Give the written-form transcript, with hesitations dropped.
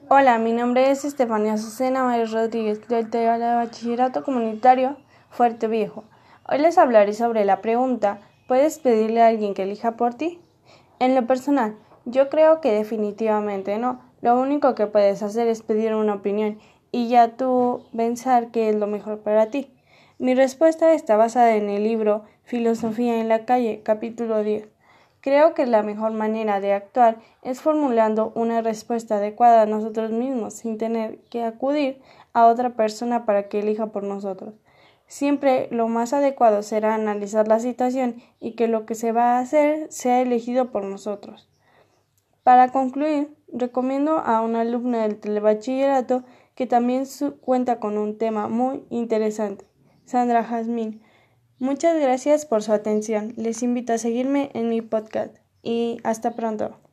Hola, mi nombre es Estefanía Azucena María Rodríguez, del Bachillerato Comunitario Fuerte Viejo. Hoy les hablaré sobre la pregunta: ¿puedes pedirle a alguien que elija por ti? En lo personal, yo creo que definitivamente no. Lo único que puedes hacer es pedir una opinión y ya tú pensar qué es lo mejor para ti. Mi respuesta está basada en el libro Filosofía en la calle, capítulo 10. Creo que la mejor manera de actuar es formulando una respuesta adecuada a nosotros mismos, sin tener que acudir a otra persona para que elija por nosotros. Siempre lo más adecuado será analizar la situación y que lo que se va a hacer sea elegido por nosotros. Para concluir, recomiendo a una alumna del telebachillerato que también cuenta con un tema muy interesante, Sandra Jazmín. Muchas gracias por su atención. Les invito a seguirme en mi podcast y hasta pronto.